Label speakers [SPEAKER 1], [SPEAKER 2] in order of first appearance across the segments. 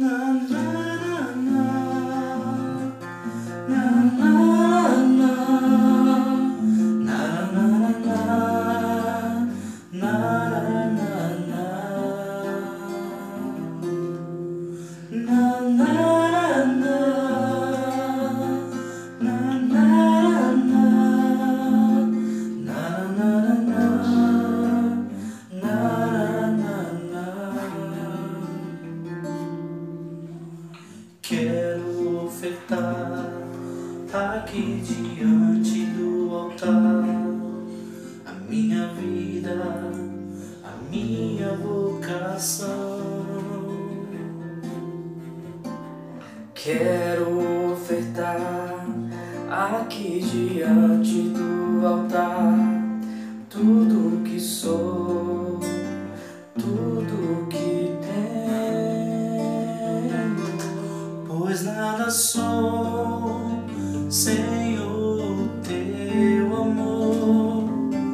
[SPEAKER 1] Quero ofertar aqui diante do altar a minha vida, a minha vocação.
[SPEAKER 2] Quero ofertar aqui diante do altar tudo que sou, tudo que tenho,
[SPEAKER 1] pois nada sou sem o teu amor,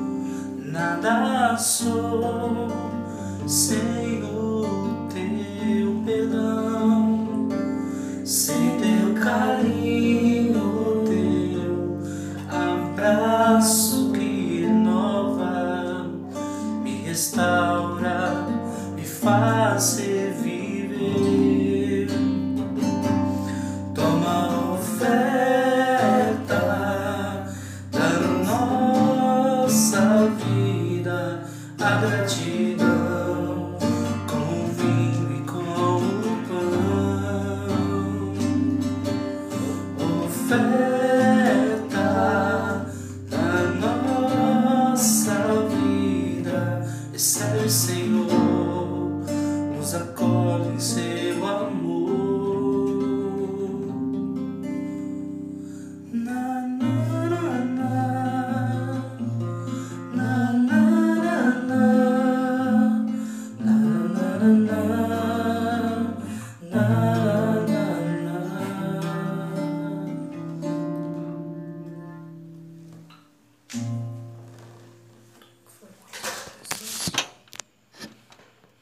[SPEAKER 1] nada sou sem o teu perdão, sem teu carinho, teu abraço que renova, me restaura, me faz reviver. Toma a oferta da nossa vida, a gratidão com o vinho e com o pão. Oferta da nossa vida, recebe, Senhor, nos acolhe em seu amor. Na